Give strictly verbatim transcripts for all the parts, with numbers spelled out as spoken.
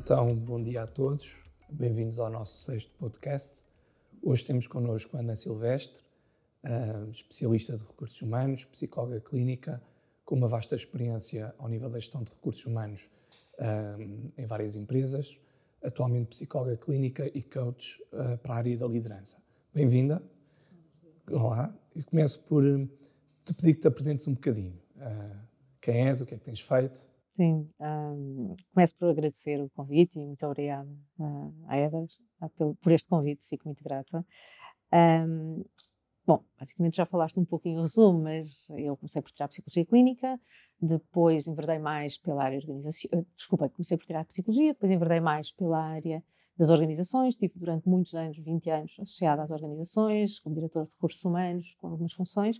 Então, bom dia a todos, bem-vindos ao nosso sexto podcast. Hoje temos connosco Ana Silvestre, uh, especialista de recursos humanos, psicóloga clínica, com uma vasta experiência ao nível da gestão de recursos humanos uh, em várias empresas, atualmente psicóloga clínica e coach uh, para a área da liderança. Bem-vinda. Olá. Eu começo por uh, te pedir que te apresentes um bocadinho. Uh, quem és, o que é que tens feito? Sim, um, começo por agradecer o convite e muito obrigada uh, à Éder uh, por este convite, fico muito grata. Um, bom, basicamente já falaste um pouquinho em resumo, mas eu comecei por tirar Psicologia Clínica, depois enverdei mais pela área organizacional, desculpa, comecei por tirar Psicologia, depois enverdei mais pela área das organizações, estive durante muitos anos, vinte anos, associada às organizações, como diretora de recursos humanos, com algumas funções.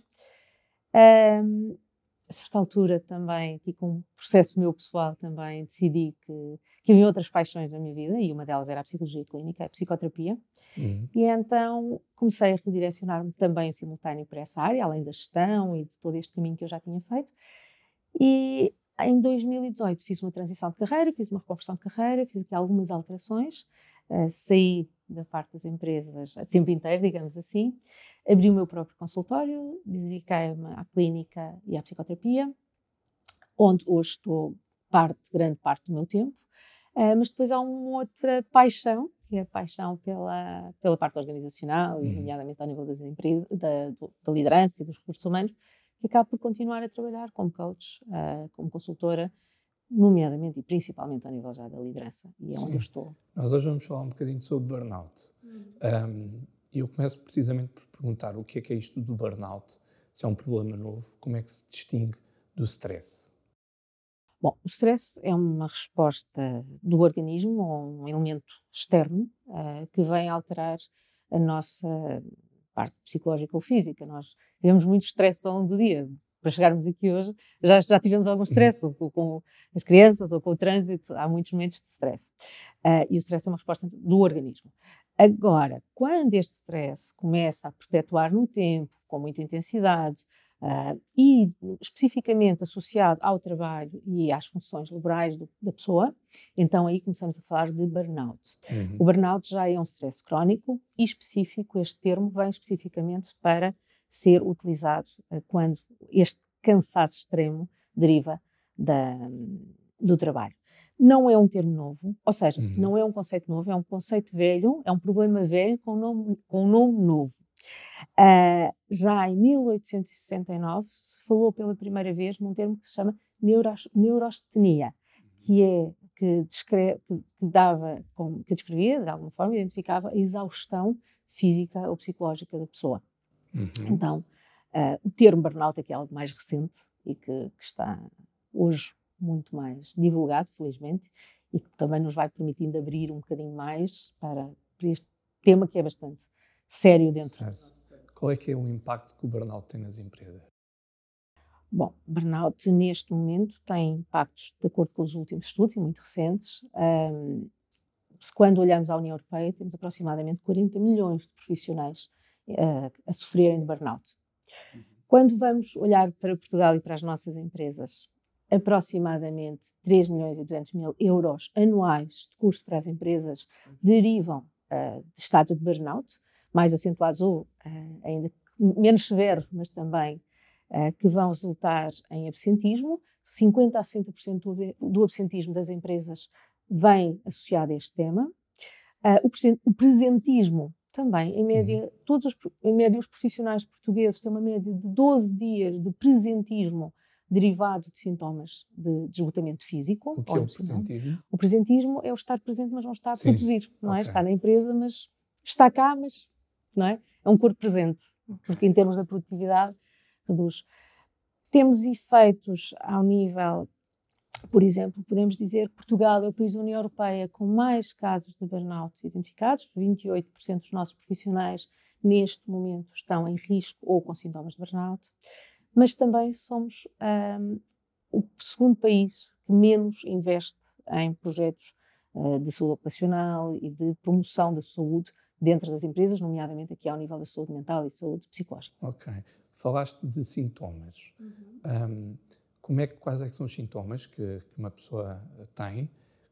Um, A certa altura também, aqui com um processo meu pessoal também, decidi que, que havia outras paixões na minha vida e uma delas era a psicologia clínica, a psicoterapia. Uhum. E então comecei a redirecionar-me também em simultâneo para essa área, além da gestão e de todo este caminho que eu já tinha feito. E em dois mil e dezoito fiz uma transição de carreira, fiz uma reconversão de carreira, fiz aqui algumas alterações, uh, saí da parte das empresas a tempo inteiro, digamos assim. Abri o meu próprio consultório, dediquei-me à clínica e à psicoterapia, onde hoje estou parte, grande parte do meu tempo, uh, mas depois há uma outra paixão, que é a paixão pela, pela parte organizacional, e Uhum. nomeadamente ao nível das empresas, da, do, da liderança e dos recursos humanos, que acabo por continuar a trabalhar como coach, uh, como consultora, nomeadamente e principalmente ao nível já da liderança, e é Sim. onde eu estou. Nós hoje vamos falar um bocadinho sobre burnout. Uhum. Um, e eu começo precisamente por perguntar o que é que é isto do burnout, se é um problema novo, como é que se distingue do stress? Bom, o stress é uma resposta do organismo ou um elemento externo uh, que vem alterar a nossa parte psicológica ou física. Nós vivemos muito stress ao longo do dia. Para chegarmos aqui hoje, já, já tivemos algum stress, Uhum. ou com as crianças, ou com o trânsito, há muitos momentos de stress. Uh, e o stress é uma resposta do organismo. Agora, quando este stress começa a perpetuar no tempo, com muita intensidade, Uh, e especificamente associado ao trabalho e às funções laborais do, da pessoa, então aí começamos a falar de burnout. Uhum. O burnout já é um stress crónico e específico, este termo vem especificamente para ser utilizado uh, quando este cansaço extremo deriva da, do trabalho. Não é um termo novo, ou seja, Uhum. não é um conceito novo, é um conceito velho, é um problema velho com um nome, com um nome novo. Uh, já em mil oitocentos e sessenta e nove se falou pela primeira vez num termo que se chama neuros, neurostenia, que é que, descreve, que, que dava, como, que descrevia, de alguma forma, identificava a exaustão física ou psicológica da pessoa. Uhum. Então, uh, o termo burnout é que é algo mais recente e que, que está hoje muito mais divulgado, felizmente, e que também nos vai permitindo abrir um bocadinho mais para, para este tema que é bastante sério dentro. Certo. Qual é que é o impacto que o burnout tem nas empresas? Bom, burnout neste momento tem impactos, de acordo com os últimos estudos, e muito recentes. Um, quando olhamos à União Europeia, temos aproximadamente quarenta milhões de profissionais uh, a sofrerem de burnout. Uhum. Quando vamos olhar para Portugal e para as nossas empresas, aproximadamente três milhões e duzentos mil euros anuais de custo para as empresas derivam uh, de estados de burnout, mais acentuados ou uh, ainda menos severos, mas também uh, que vão resultar em absentismo. cinquenta a sessenta por cento do, do absentismo das empresas vem associado a este tema. Uh, o, presen o presentismo também, em média, uhum. todos os, em média, os profissionais portugueses têm uma média de doze dias de presentismo derivado de sintomas de, de esgotamento físico. O que é o presentismo? O presentismo é o estar presente, mas não está a Sim. produzir, não é? Okay. Está na empresa, mas está cá, mas não é? É um corpo presente, okay. Porque em termos da produtividade reduz. Temos efeitos ao nível, por exemplo, podemos dizer que Portugal é o país da União Europeia com mais casos de burnout identificados. vinte e oito por cento dos nossos profissionais neste momento estão em risco ou com sintomas de burnout. Mas também somos um, o segundo país que menos investe em projetos uh, de saúde ocupacional e de promoção da saúde dentro das empresas, nomeadamente aqui ao nível da saúde mental e saúde psicológica. Ok. Falaste de sintomas. Uhum. Um, como é que, quais é que são os sintomas que, que uma pessoa tem?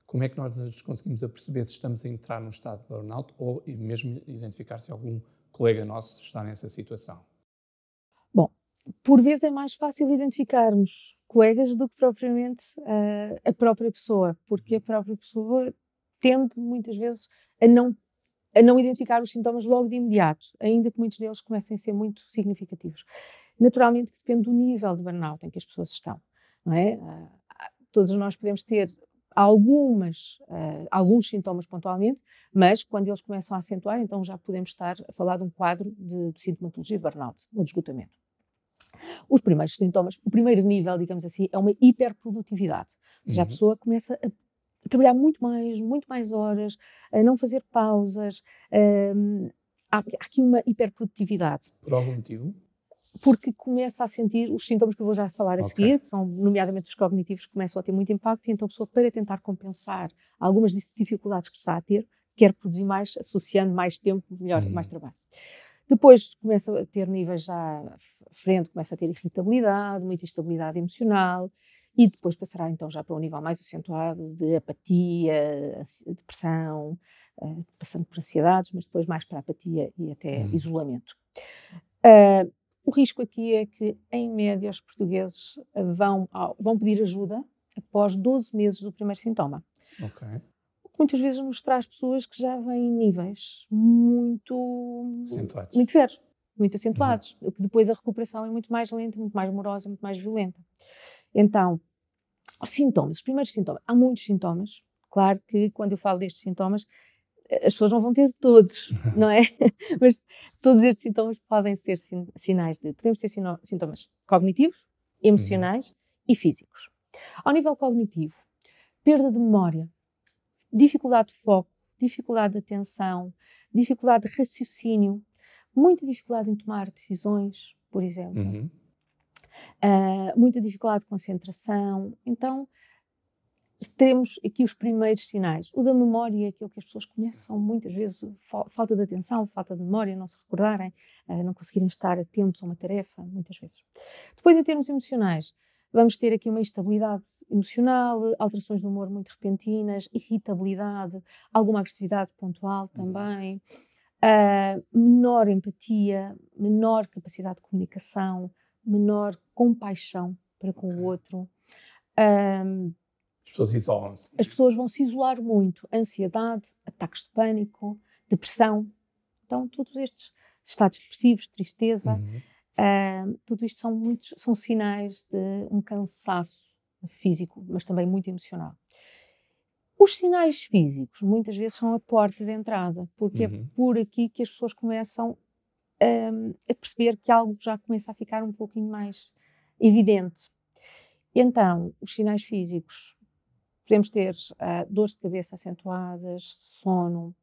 como é que nós nos conseguimos aperceber se estamos a entrar num estado de burnout ou mesmo identificar se algum colega nosso está nessa situação? Bom, por vezes é mais fácil identificarmos colegas do que propriamente uh, a própria pessoa, porque a própria pessoa tende muitas vezes a não, a não identificar os sintomas logo de imediato, ainda que muitos deles comecem a ser muito significativos. Naturalmente que depende do nível de burnout em que as pessoas estão, não é? Uh, todos nós podemos ter algumas, uh, alguns sintomas pontualmente, mas quando eles começam a acentuar, então já podemos estar a falar de um quadro de, de sintomatologia de burnout, ou de esgotamento. Os primeiros sintomas, o primeiro nível, digamos assim, é uma hiperprodutividade. Ou seja, uhum. a pessoa começa a, a trabalhar muito mais, muito mais horas, a não fazer pausas. Um, há, há aqui uma hiperprodutividade. Por algum motivo? Porque começa a sentir os sintomas que eu vou já falar a okay. seguir, que são nomeadamente os cognitivos, que começam a ter muito impacto, e então a pessoa, para tentar compensar algumas dificuldades que está a ter, quer produzir mais, associando mais tempo, melhor, uhum. mais trabalho. Depois começa a ter níveis já à frente, começa a ter irritabilidade, muita instabilidade emocional, e depois passará então já para um nível mais acentuado de apatia, depressão, passando por ansiedades, mas depois mais para a apatia e até uhum. isolamento. Uh, o risco aqui é que, em média, os portugueses vão, vão pedir ajuda após doze meses do primeiro sintoma. Ok. Muitas vezes nos traz pessoas que já vêm em níveis muito acentuados, muito severos, muito acentuados, uhum. o que depois a recuperação é muito mais lenta, muito mais demorosa, muito mais violenta. Então, os sintomas, os primeiros sintomas, há muitos sintomas, claro que quando eu falo destes sintomas, as pessoas não vão ter todos, não é? Mas todos estes sintomas podem ser sin- sinais de, podemos ter sino- sintomas cognitivos, emocionais uhum. e físicos. Ao nível cognitivo, perda de memória, dificuldade de foco, dificuldade de atenção, dificuldade de raciocínio, muita dificuldade em tomar decisões, por exemplo. Uhum. Uh, muita dificuldade de concentração. Então, temos aqui os primeiros sinais. O da memória é aquilo que as pessoas começam muitas vezes, fa- falta de atenção, falta de memória, não se recordarem, uh, não conseguirem estar atentos a uma tarefa, muitas vezes. Depois, em termos emocionais, vamos ter aqui uma instabilidade emocional, alterações de humor muito repentinas, irritabilidade, alguma agressividade pontual também, uh, menor empatia, menor capacidade de comunicação, menor compaixão para com okay. o outro. Um, as pessoas isolam-se. As pessoas vão se isolar muito. Ansiedade, ataques de pânico, depressão. Então, todos estes estados depressivos, tristeza, uhum. uh, tudo isto são, muitos, são sinais de um cansaço físico, mas também muito emocional. Os sinais físicos, muitas vezes, são a porta de entrada, porque uhum. é por aqui que as pessoas começam um, a perceber que algo já começa a ficar um pouquinho mais evidente. Então, os sinais físicos, podemos ter uh, dores de cabeça acentuadas, sono,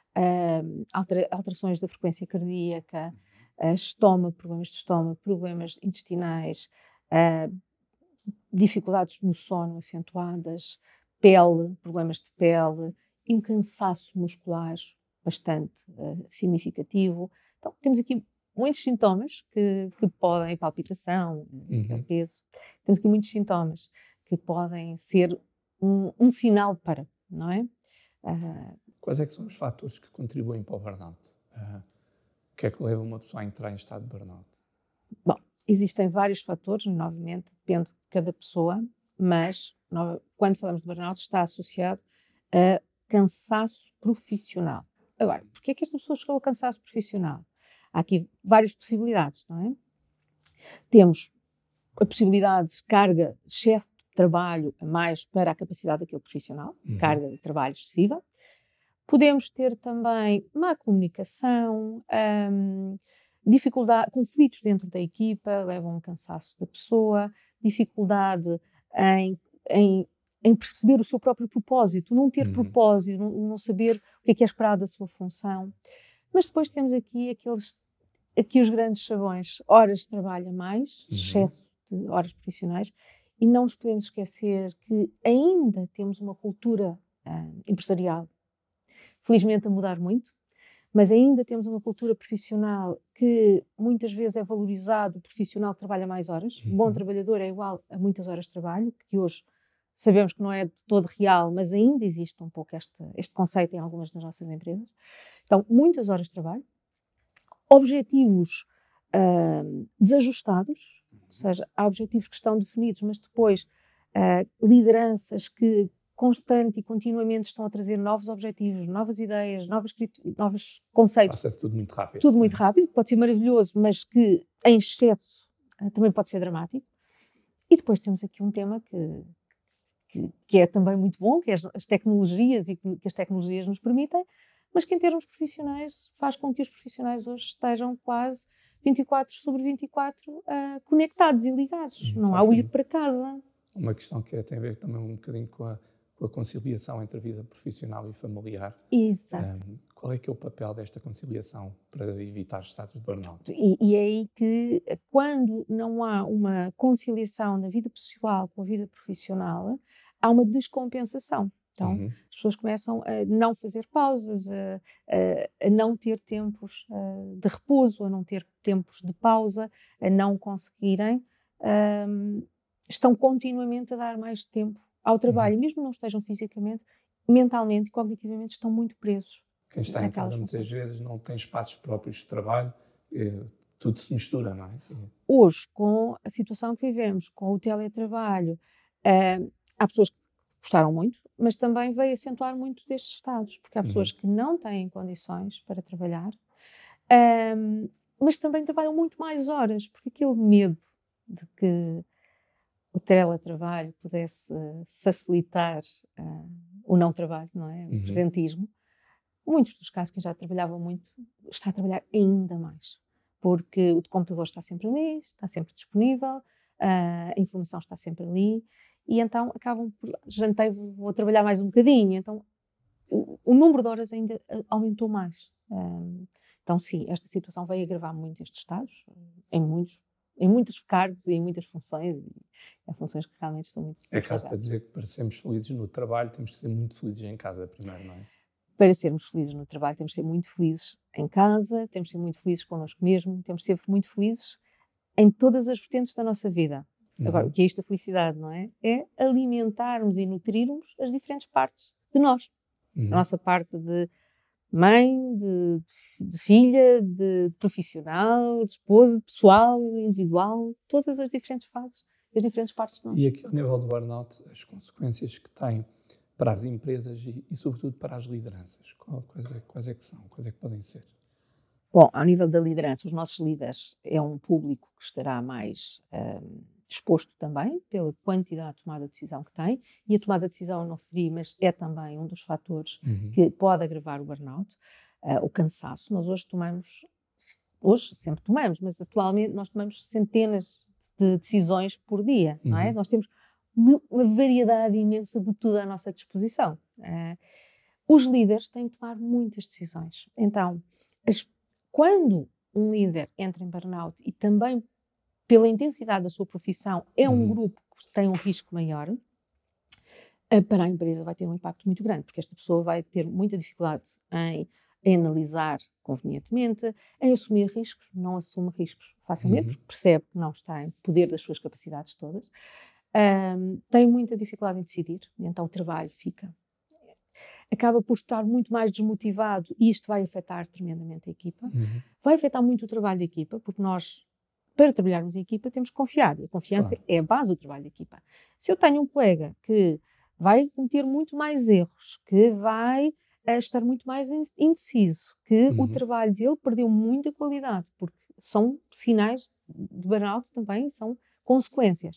uh, altera- alterações da frequência cardíaca, uh, estômago, problemas de estômago, problemas intestinais, uh, dificuldades no sono acentuadas, pele, problemas de pele e um cansaço muscular bastante uh, significativo. Então, temos aqui muitos sintomas que, que podem, palpitação, uhum. peso, temos aqui muitos sintomas que podem ser um, um sinal para, não é? Uh, Quais é que são os fatores que contribuem para o burnout? Uh, o que é que leva uma pessoa a entrar em estado de burnout? Bom, existem vários fatores, novamente, depende de cada pessoa, mas no, quando falamos de burnout está associado a cansaço profissional. Agora, porquê é que esta pessoa chegou a cansaço profissional? Há aqui várias possibilidades, não é? Temos a possibilidade de carga, excesso de trabalho a mais para a capacidade daquele profissional, uhum. carga de trabalho excessiva. Podemos ter também má comunicação, hum, dificuldade, conflitos dentro da equipa, levam a um cansaço da pessoa, dificuldade em, em, em perceber o seu próprio propósito, não ter uhum. propósito, não, não saber o que é que é esperado da sua função. Mas depois temos aqui aqueles, aqui os grandes chavões, horas de trabalho a mais, uhum. excesso de horas profissionais, e não nos podemos esquecer que ainda temos uma cultura uh, empresarial, felizmente a mudar muito, mas ainda temos uma cultura profissional que muitas vezes é valorizado o profissional que trabalha mais horas. Uhum. Um bom trabalhador é igual a muitas horas de trabalho, que hoje sabemos que não é de todo real, mas ainda existe um pouco este, este conceito em algumas das nossas empresas. Então, muitas horas de trabalho, objetivos uh, desajustados, ou seja, há objetivos que estão definidos, mas depois uh, lideranças que constante e continuamente estão a trazer novos objetivos, novas ideias, novas, novos conceitos. Passa-se tudo muito rápido. Tudo muito rápido, pode ser maravilhoso, mas que em excesso uh, também pode ser dramático. E depois temos aqui um tema que, que, que é também muito bom, que é as, as tecnologias e que, que as tecnologias nos permitem, mas que em termos profissionais faz com que os profissionais hoje estejam quase vinte e quatro sobre vinte e quatro uh, conectados e ligados. Sim, não tá há o ir para casa. Uma questão que é, tem a ver também um bocadinho com a, com a conciliação entre a vida profissional e familiar. Exato. Um, qual é que é o papel desta conciliação para evitar estados de burnout? E, e é aí que, quando não há uma conciliação na vida pessoal com a vida profissional, há uma descompensação. Então, uhum. as pessoas começam a não fazer pausas, a, a, a não ter tempos a, de repouso, a não ter tempos de pausa, a não conseguirem, um, estão continuamente a dar mais tempo ao trabalho, uhum. e mesmo não estejam fisicamente, mentalmente e cognitivamente estão muito presos. Quem está em casa muitas vezes não tem espaços próprios de trabalho, tudo se mistura, não é? Hoje, com a situação que vivemos, com o teletrabalho, uh, há pessoas que gostaram muito, mas também veio acentuar muito destes estados, porque há pessoas uhum. que não têm condições para trabalhar, um, mas também trabalham muito mais horas, porque aquele medo de que o teletrabalho pudesse facilitar uh, o não trabalho, não é? O uhum. presentismo. Muitos dos casos, quem já trabalhava muito, está a trabalhar ainda mais, porque o computador está sempre ali, está sempre disponível, a informação está sempre ali, e então acabam por, jantei, vou trabalhar mais um bocadinho, então o, o número de horas ainda aumentou mais. Um, então sim, esta situação veio agravar muito estes estados, em muitos, em muitos cargos e em muitas funções, e há funções que realmente estão muito... É caso para dizer que para sermos felizes no trabalho temos que ser muito felizes em casa primeiro, não é? Para sermos felizes no trabalho temos de ser muito felizes em casa, temos de ser muito felizes connosco mesmo, temos de ser muito felizes em todas as vertentes da nossa vida. Uhum. Agora, o que é isto da felicidade, não é? É alimentarmos e nutrirmos as diferentes partes de nós. Uhum. A nossa parte de mãe, de, de filha, de profissional, de esposa, de pessoal, individual, todas as diferentes fases, as diferentes partes de nós. E aqui ao nível do burnout, as consequências que tem para as empresas e, e sobretudo, para as lideranças? Quais é, quais é que são? Quais é que podem ser? Bom, ao nível da liderança, os nossos líderes é um público que estará mais um, exposto também pela quantidade de tomada de decisão que tem, e a tomada de decisão eu não referi, mas é também um dos fatores uhum. que pode agravar o burnout, uh, o cansaço. Nós hoje tomamos, hoje sempre tomamos, mas atualmente nós tomamos centenas de decisões por dia, uhum. não é? Nós temos uma, uma variedade imensa de tudo à nossa disposição. Uh, os líderes têm que tomar muitas decisões. Então, as, quando um líder entra em burnout e também pela intensidade da sua profissão é um uhum. grupo que tem um risco maior, uh, para a empresa vai ter um impacto muito grande, porque esta pessoa vai ter muita dificuldade em, em analisar convenientemente, em assumir riscos, não assume riscos facilmente, uhum. porque percebe que não está em poder das suas capacidades todas. Um, tem muita dificuldade em decidir, então o trabalho fica, acaba por estar muito mais desmotivado e isto vai afetar tremendamente a equipa. Uhum. Vai afetar muito o trabalho da equipa, porque nós, para trabalharmos em equipa, temos que confiar, e a confiança claro. É a base do trabalho da equipa. Se eu tenho um colega que vai cometer muito mais erros, que vai uh, estar muito mais indeciso, que uhum. o trabalho dele perdeu muita qualidade, porque são sinais de burnout também, são consequências.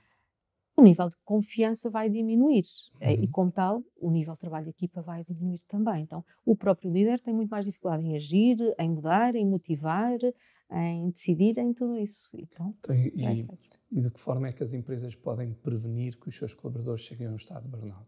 O nível de confiança vai diminuir uhum. e, como tal, o nível de trabalho de equipa vai diminuir também. Então, o próprio líder tem muito mais dificuldade em agir, em mudar, em motivar, em decidir, em tudo isso. Então, então e, e de que forma é que as empresas podem prevenir que os seus colaboradores cheguem a um estado de burnout?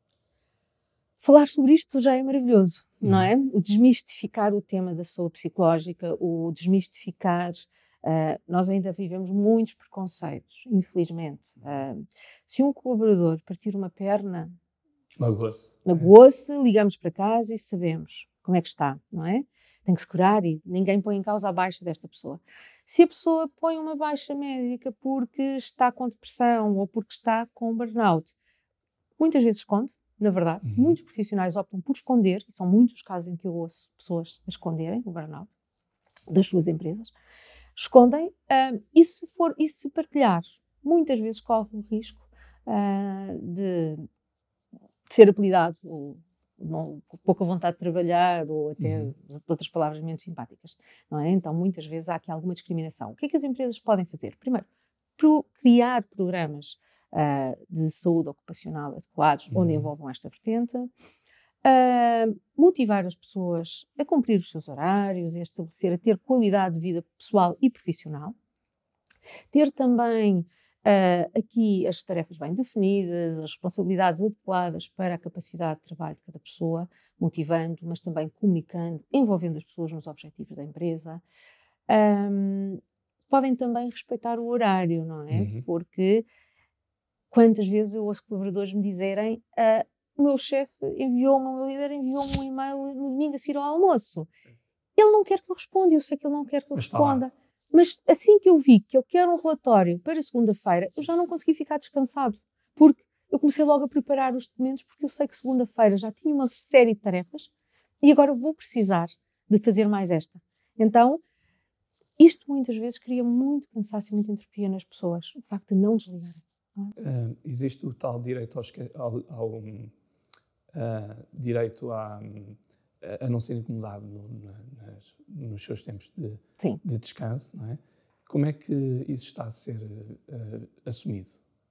Falar sobre isto já é maravilhoso, uhum. não é? O desmistificar o tema da saúde psicológica, o desmistificar... Uh, nós ainda vivemos muitos preconceitos, infelizmente. Uh, se um colaborador partir uma perna, magoou-se, magoou-se, ligamos para casa e sabemos como é que está, não é? Tem que se curar e ninguém põe em causa a baixa desta pessoa. Se a pessoa põe uma baixa médica porque está com depressão ou porque está com burnout, muitas vezes esconde, na verdade. Uhum. Muitos profissionais optam por esconder, e são muitos os casos em que eu ouço pessoas a esconderem o burnout das suas empresas. Escondem, uh, e, se for, e se partilhar, muitas vezes corre o risco uh, de, de ser apelidado, ou não, pouca vontade de trabalhar, ou até Uhum. de outras palavras menos simpáticas, não é? Então, muitas vezes há aqui alguma discriminação. O que é que as empresas podem fazer? Primeiro, pro, criar programas uh, de saúde ocupacional adequados, Uhum. onde envolvam esta vertente. Uh, motivar as pessoas a cumprir os seus horários e a estabelecer, a ter qualidade de vida pessoal e profissional. Ter também uh, aqui as tarefas bem definidas, as responsabilidades adequadas para a capacidade de trabalho de cada pessoa, motivando, mas também comunicando, envolvendo as pessoas nos objetivos da empresa. Um, podem também respeitar o horário, não é? Uhum. Porque quantas vezes eu ouço colaboradores me dizerem uh, o meu chefe enviou-me, o meu líder enviou-me um e-mail no domingo a seguir ao almoço. Ele não quer que eu responda, eu sei que ele não quer que eu Mas está lá. responda. Mas assim que eu vi que ele quer um relatório para segunda-feira, eu já não consegui ficar descansado. Porque eu comecei logo a preparar os documentos, porque eu sei que segunda-feira já tinha uma série de tarefas e agora vou precisar de fazer mais esta. Então, isto muitas vezes cria muito cansaço e muita entropia nas pessoas, o facto de não desligarem. Uh, existe o tal direito ao, esque- ao, ao um, uh, direito a, um, a não ser incomodado no, na, nas, nos seus tempos de, Sim. de descanso, não é? Como é que isso está a ser uh, assumido?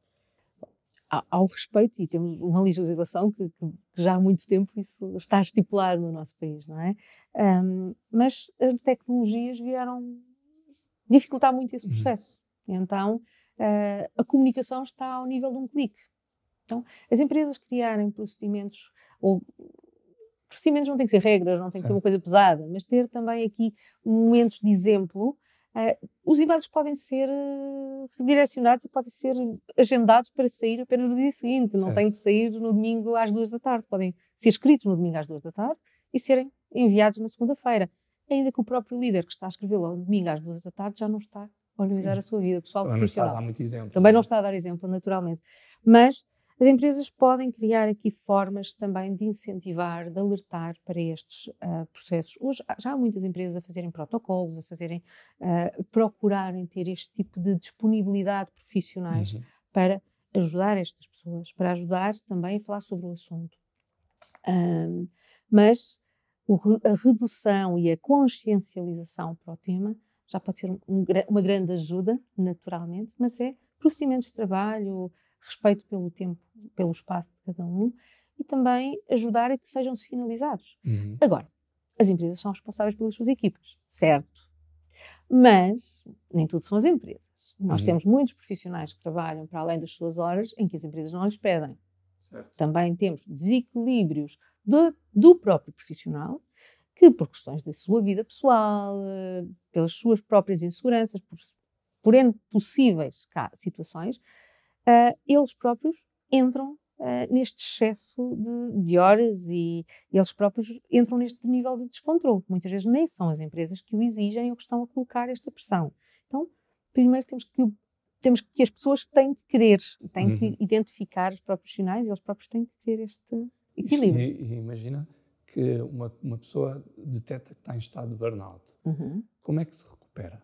Há- Ao respeito, e temos uma legislação que, que- que já há muito tempo isso está estipulado no nosso país, não é? Um, mas as tecnologias vieram dificultar muito esse Uhum. processo. Então, uh, a comunicação está ao nível de um clique. Então, as empresas criarem procedimentos, ou procedimentos não têm que ser regras, não tem que ser uma Certo. coisa pesada, mas ter também aqui momentos de exemplo. Uh, os e-mails podem ser uh, redirecionados e podem ser agendados para sair apenas no dia seguinte, não Certo. têm que sair no domingo às duas da tarde, podem ser escritos no domingo às duas da tarde e serem enviados na segunda-feira, ainda que o próprio líder que está a escrevê-lo no domingo às duas da tarde já não está a organizar Sim. a sua vida pessoal Também não está a profissional. dar muito exemplo. Também não está a dar exemplo, naturalmente. Mas as empresas podem criar aqui formas também de incentivar, de alertar para estes uh, processos. Hoje já há muitas empresas a fazerem protocolos, a fazerem, uh, procurarem ter este tipo de disponibilidade de profissionais Uhum. para ajudar estas pessoas, para ajudar também a falar sobre o assunto. Um, mas o, a redução e a consciencialização para o tema já pode ser um, um, uma grande ajuda, naturalmente, mas é procedimentos de trabalho, respeito pelo tempo, pelo espaço de cada um e também ajudar a que sejam sinalizados. Uhum. Agora, as empresas são responsáveis pelas suas equipas, certo? Mas nem tudo são as empresas. Nós Uhum. temos muitos profissionais que trabalham para além das suas horas em que as empresas não lhes pedem. Certo. Também temos desequilíbrios do, do próprio profissional que, por questões da sua vida pessoal, pelas suas próprias inseguranças, por, por N possíveis cá, situações, uh, eles próprios entram uh, neste excesso de, de horas e, e eles próprios entram neste nível de descontrole. Muitas vezes nem são as empresas que o exigem ou que estão a colocar esta pressão. Então, primeiro temos que, temos que as pessoas têm que querer, têm Uhum. que identificar os próprios sinais e eles próprios têm que ter este E, equilíbrio. e imagina que uma, uma pessoa detecta que está em estado de burnout. Uhum. Como é que se recupera?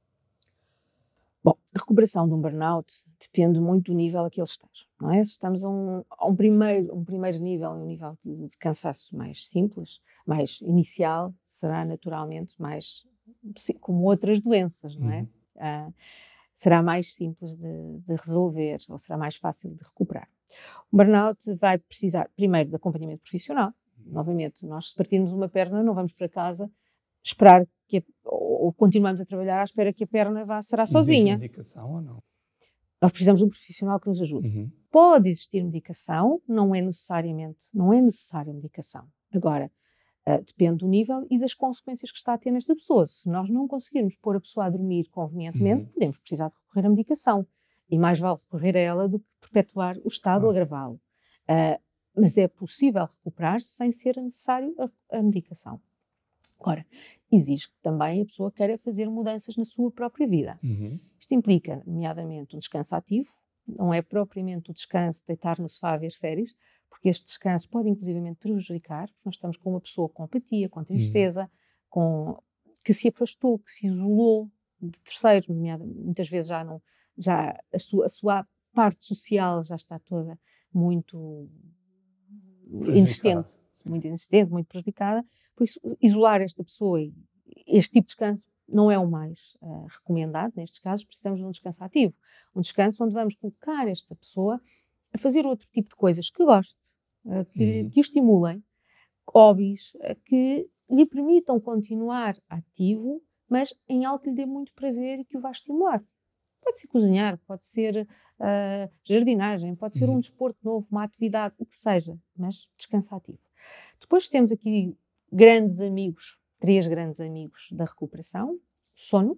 Bom, a recuperação de um burnout depende muito do nível a que ele está, não é? Se estamos a um, a um, primeiro, um primeiro nível, um nível de, de cansaço mais simples, mais inicial, será naturalmente mais como outras doenças, não é? Uhum. Ah, será mais simples de, de resolver ou será mais fácil de recuperar. O burnout vai precisar primeiro de acompanhamento profissional. Novamente, nós se partirmos uma perna não vamos para casa esperar que a, ou continuamos a trabalhar à espera que a perna vá será sozinha. Existe medicação ou não? Nós precisamos de um profissional que nos ajude. Uhum. Pode existir medicação, não é necessariamente, não é necessária medicação. Agora, uh, depende do nível e das consequências que está a ter nesta pessoa. Se nós não conseguirmos pôr a pessoa a dormir convenientemente, Uhum. podemos precisar de recorrer à medicação. E mais vale recorrer a ela do que perpetuar o estado Claro. ou agravá-lo. Uh, mas é possível recuperar sem ser necessário a, a medicação. Agora, exige que também a pessoa queira fazer mudanças na sua própria vida. Uhum. Isto implica, nomeadamente, um descanso ativo, não é propriamente o descanso, deitar no sofá a ver séries, porque este descanso pode inclusivamente prejudicar, porque nós estamos com uma pessoa com apatia, com tristeza, uhum. com, que se afastou, que se isolou de terceiros, muitas vezes já não, já a sua, a sua parte social já está toda muito inexistente, muito inexistente, muito prejudicada. Por isso, isolar esta pessoa e este tipo de descanso não é o mais uh, recomendado. Nestes casos, precisamos de um descanso ativo, um descanso onde vamos colocar esta pessoa a fazer outro tipo de coisas que goste, uh, que, uhum. que o estimulem, hobbies, uh, que lhe permitam continuar ativo, mas em algo que lhe dê muito prazer e que o vá estimular. Pode ser cozinhar, pode ser uh, jardinagem, pode ser um desporto novo, uma atividade, o que seja, mas descanso ativo. Depois temos aqui grandes amigos, três grandes amigos da recuperação: sono,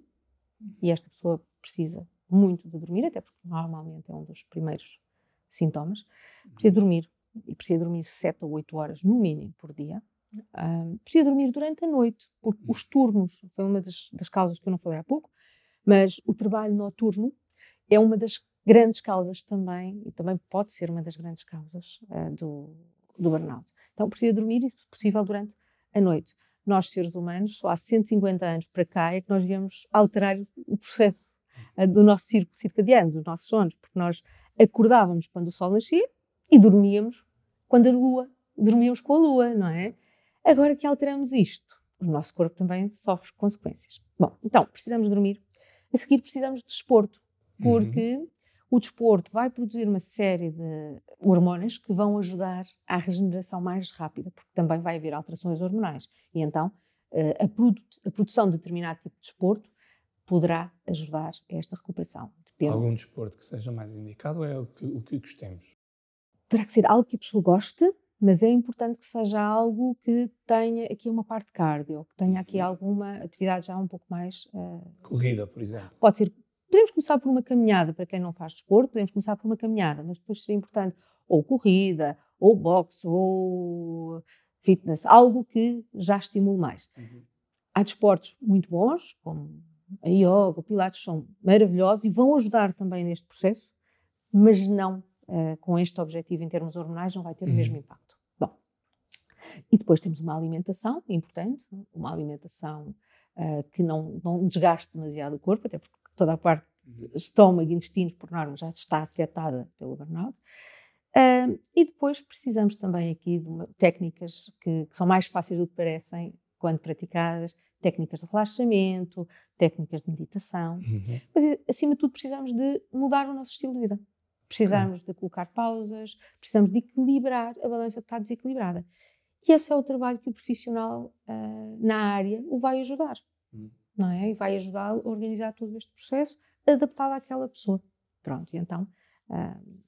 e esta pessoa precisa muito de dormir, até porque normalmente é um dos primeiros sintomas. Precisa dormir, e precisa dormir sete ou oito horas no mínimo por dia. Uh, precisa dormir durante a noite, porque os turnos, foi uma das, das causas que eu não falei há pouco, mas o trabalho noturno é uma das grandes causas também, e também pode ser uma das grandes causas uh, do, do burnout. Então precisa dormir, e se possível, durante a noite. Nós, seres humanos, só há cento e cinquenta anos para cá é que nós viemos alterar o processo uh, do nosso círculo circadiano, dos nossos sonos, porque nós acordávamos quando o sol nascia e dormíamos quando a lua, dormíamos com a lua, não é? Agora que alteramos isto, o nosso corpo também sofre consequências. Bom, então, precisamos dormir. A seguir precisamos de desporto, porque uhum. o desporto vai produzir uma série de hormonas que vão ajudar à regeneração mais rápida, porque também vai haver alterações hormonais. E então a, produ- a produção de determinado tipo de desporto poderá ajudar a esta recuperação. Depende. Algum desporto que seja mais indicado ou é o que, o que gostemos? Terá que ser algo que a pessoa goste, mas é importante que seja algo que tenha aqui uma parte cardio, que tenha aqui alguma atividade já um pouco mais... Uh, Corrida, por exemplo. Pode ser. Podemos começar por uma caminhada, para quem não faz desporto, podemos começar por uma caminhada, mas depois seria importante ou corrida, ou boxe, ou fitness, algo que já estimule mais. Uhum. Há desportos muito bons, como a yoga, o pilates, são maravilhosos e vão ajudar também neste processo, mas não uh, com este objetivo em termos hormonais, não vai ter uhum. o mesmo impacto. E depois temos uma alimentação importante, uma alimentação uh, que não, não desgaste demasiado o corpo, até porque toda a parte uhum. estômago e intestinos, por norma, já está afetada pelo burnout. Uh, e depois precisamos também aqui de uma, técnicas que, que são mais fáceis do que parecem quando praticadas, técnicas de relaxamento, técnicas de meditação. Uhum. Mas, acima de tudo, precisamos de mudar o nosso estilo de vida. Precisamos uhum. de colocar pausas, precisamos de equilibrar a balança que está desequilibrada. E esse é o trabalho que o profissional uh, na área o vai ajudar, hum. não é? E vai ajudá-lo a organizar todo este processo adaptado àquela pessoa. Pronto, e então... Uh...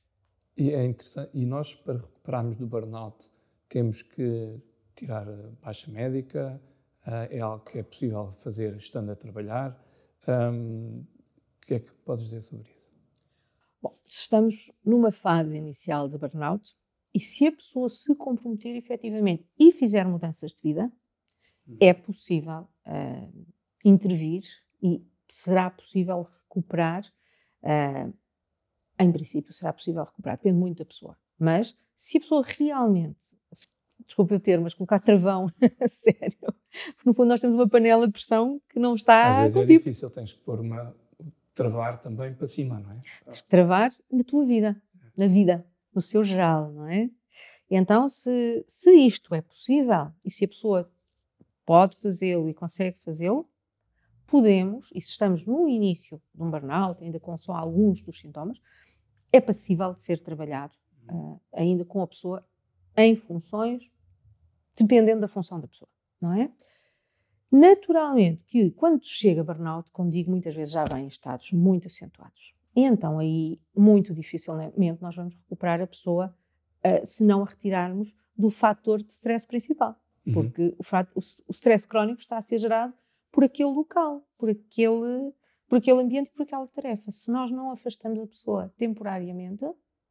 E é interessante, e nós, para recuperarmos do burnout, temos que tirar a baixa médica, uh, é algo que é possível fazer estando a trabalhar. Um, o que é que podes dizer sobre isso? Bom, se estamos numa fase inicial de burnout, e se a pessoa se comprometer efetivamente e fizer mudanças de vida, uhum. é possível uh, intervir e será possível recuperar. Uh, em princípio, será possível recuperar. Depende muito da pessoa. Mas se a pessoa realmente, desculpe o termo, mas colocar travão a sério, porque no fundo nós temos uma panela de pressão que não está... Às vezes é tipo. difícil, tens que pôr uma... travar também para cima, não é? Tens que travar na tua vida, na vida. No seu geral, não é? Então, se, se isto é possível e se a pessoa pode fazê-lo e consegue fazê-lo, podemos, e se estamos no início de um burnout, ainda com só alguns dos sintomas, é passível de ser trabalhado uh, ainda com a pessoa em funções, dependendo da função da pessoa, não é? Naturalmente que quando chega burnout, como digo, muitas vezes já vem em estados muito acentuados. E então aí, muito dificilmente, nós vamos recuperar a pessoa uh, se não a retirarmos do fator de stress principal. Uhum. Porque o, fato, o, o stress crónico está a ser gerado por aquele local, por aquele, por aquele ambiente, por aquela tarefa. Se nós não afastamos a pessoa temporariamente...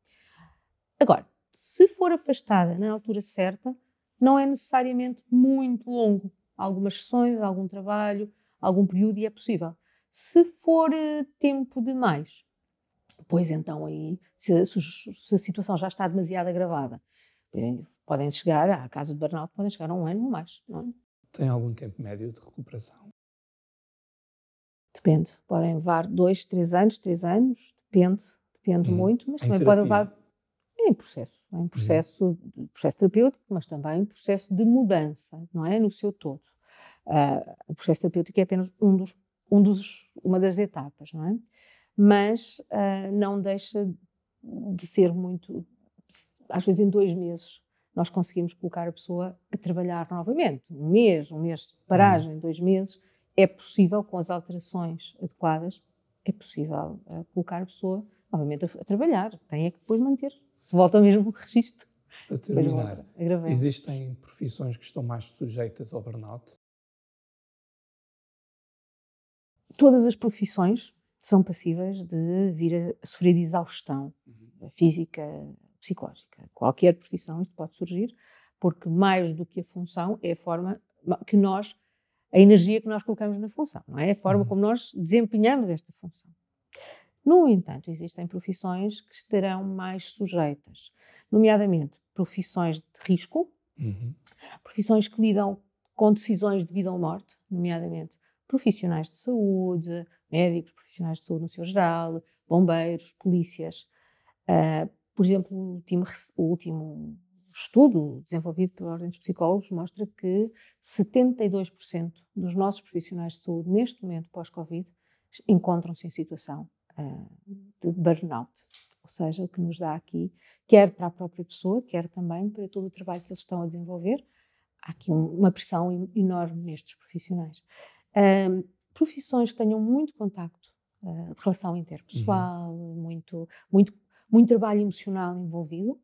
Agora, se for afastada na altura certa, não é necessariamente muito longo. Algumas sessões, algum trabalho, algum período, e é possível. Se for uh, tempo demais, pois então aí, se, se, se a situação já está demasiado agravada, podem chegar, à caso de burnout, podem chegar a um ano ou mais, não é? Tem algum tempo médio de recuperação? Depende, podem levar dois, três anos, três anos, depende, depende Uhum. muito, mas Em também terapia? pode levar em processo, em processo, uhum. processo terapêutico, mas também em processo de mudança, não é? No seu todo. Uh, o processo terapêutico é apenas um dos, um dos, uma das etapas, não é? Mas uh, não deixa de ser muito, às vezes em dois meses nós conseguimos colocar a pessoa a trabalhar novamente, um mês, um mês de paragem, uhum. dois meses, é possível, com as alterações adequadas, é possível uh, colocar a pessoa novamente a, a trabalhar, tem é que depois manter, se volta ao mesmo registro. Para terminar, existem profissões que estão mais sujeitas ao burnout? Todas as profissões são passíveis de vir a sofrer de exaustão uhum. física, psicológica. Qualquer profissão isto pode surgir, porque mais do que a função é a forma que nós, a energia que nós colocamos na função, não é? A forma uhum. como nós desempenhamos esta função. No entanto, existem profissões que estarão mais sujeitas, nomeadamente profissões de risco, uhum. profissões que lidam com decisões de vida ou morte, nomeadamente profissionais de saúde, médicos, profissionais de saúde no seu geral, bombeiros, polícias. Uh, por exemplo, o último, o último estudo desenvolvido pela Ordem dos Psicólogos mostra que setenta e dois por cento dos nossos profissionais de saúde, neste momento pós-Covid, encontram-se em situação uh, de burnout. Ou seja, o que nos dá aqui, quer para a própria pessoa, quer também para todo o trabalho que eles estão a desenvolver, há aqui um, uma pressão enorme nestes profissionais. Uh, profissões que tenham muito contacto, uh, de relação interpessoal, uhum. muito, muito, muito trabalho emocional envolvido.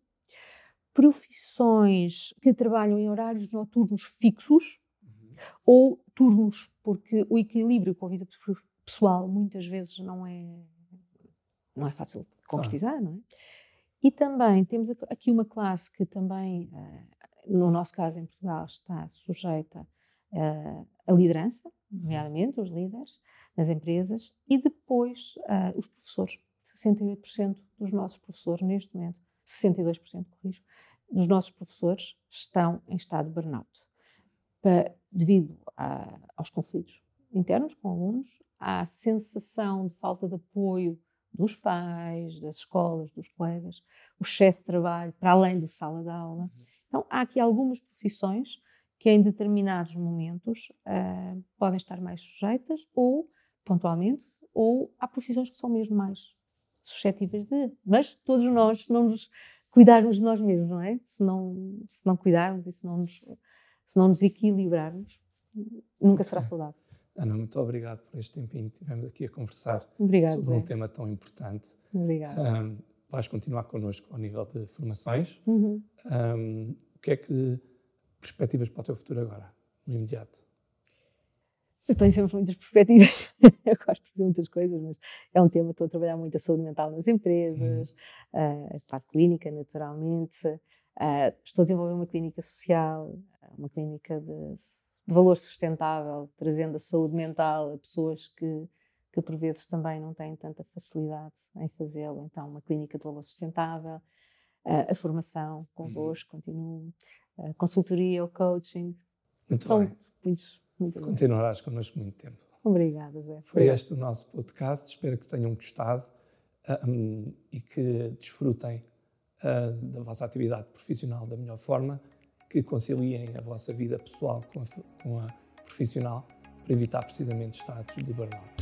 Profissões que trabalham em horários noturnos fixos uhum. ou turnos, porque o equilíbrio com a vida pessoal muitas vezes não é, não é fácil de concretizar, claro. Não é? E também temos aqui uma classe que também, uh, no nosso caso em Portugal, está sujeita uh, à liderança, nomeadamente os líderes nas empresas, e depois uh, os professores. sessenta e oito por cento dos nossos professores, neste momento, sessenta e dois por cento, corrijo, dos nossos professores estão em estado de burnout. Para, devido a, aos conflitos internos com alunos, à sensação de falta de apoio dos pais, das escolas, dos colegas, o excesso de trabalho, para além da sala de aula. Então, há aqui algumas profissões que em determinados momentos uh, podem estar mais sujeitas, ou, pontualmente, ou há profissões que são mesmo mais suscetíveis de... Mas todos nós, se não nos cuidarmos de nós mesmos, não é? Se não, se não cuidarmos e se não nos, se não nos equilibrarmos, nunca será saudável. Ana, muito obrigado por este tempinho que estivemos aqui a conversar Obrigado, sobre Zé. um tema tão importante. Obrigada. Um, vais continuar connosco ao nível de formações. Uhum. Um, o que é que perspectivas para o teu futuro agora, no imediato? Eu tenho sempre muitas perspectivas. Eu gosto de fazer muitas coisas, mas é um tema, estou a trabalhar muito a saúde mental nas empresas, uhum. a parte clínica, naturalmente. Uh, estou a desenvolver uma clínica social, uma clínica de, de valor sustentável, trazendo a saúde mental a pessoas que, que por vezes também não têm tanta facilidade em fazê-lo. Então, uma clínica de valor sustentável, uh, a formação convosco, uhum. continuo, a consultoria, o coaching. Muito São bem. muitos. Muito Continuarás connosco muito tempo. Obrigada, Zé. Foi Obrigado. Este o nosso podcast. Espero que tenham gostado um, e que desfrutem uh, da vossa atividade profissional da melhor forma, que conciliem a vossa vida pessoal com a, com a profissional para evitar precisamente estados de burnout.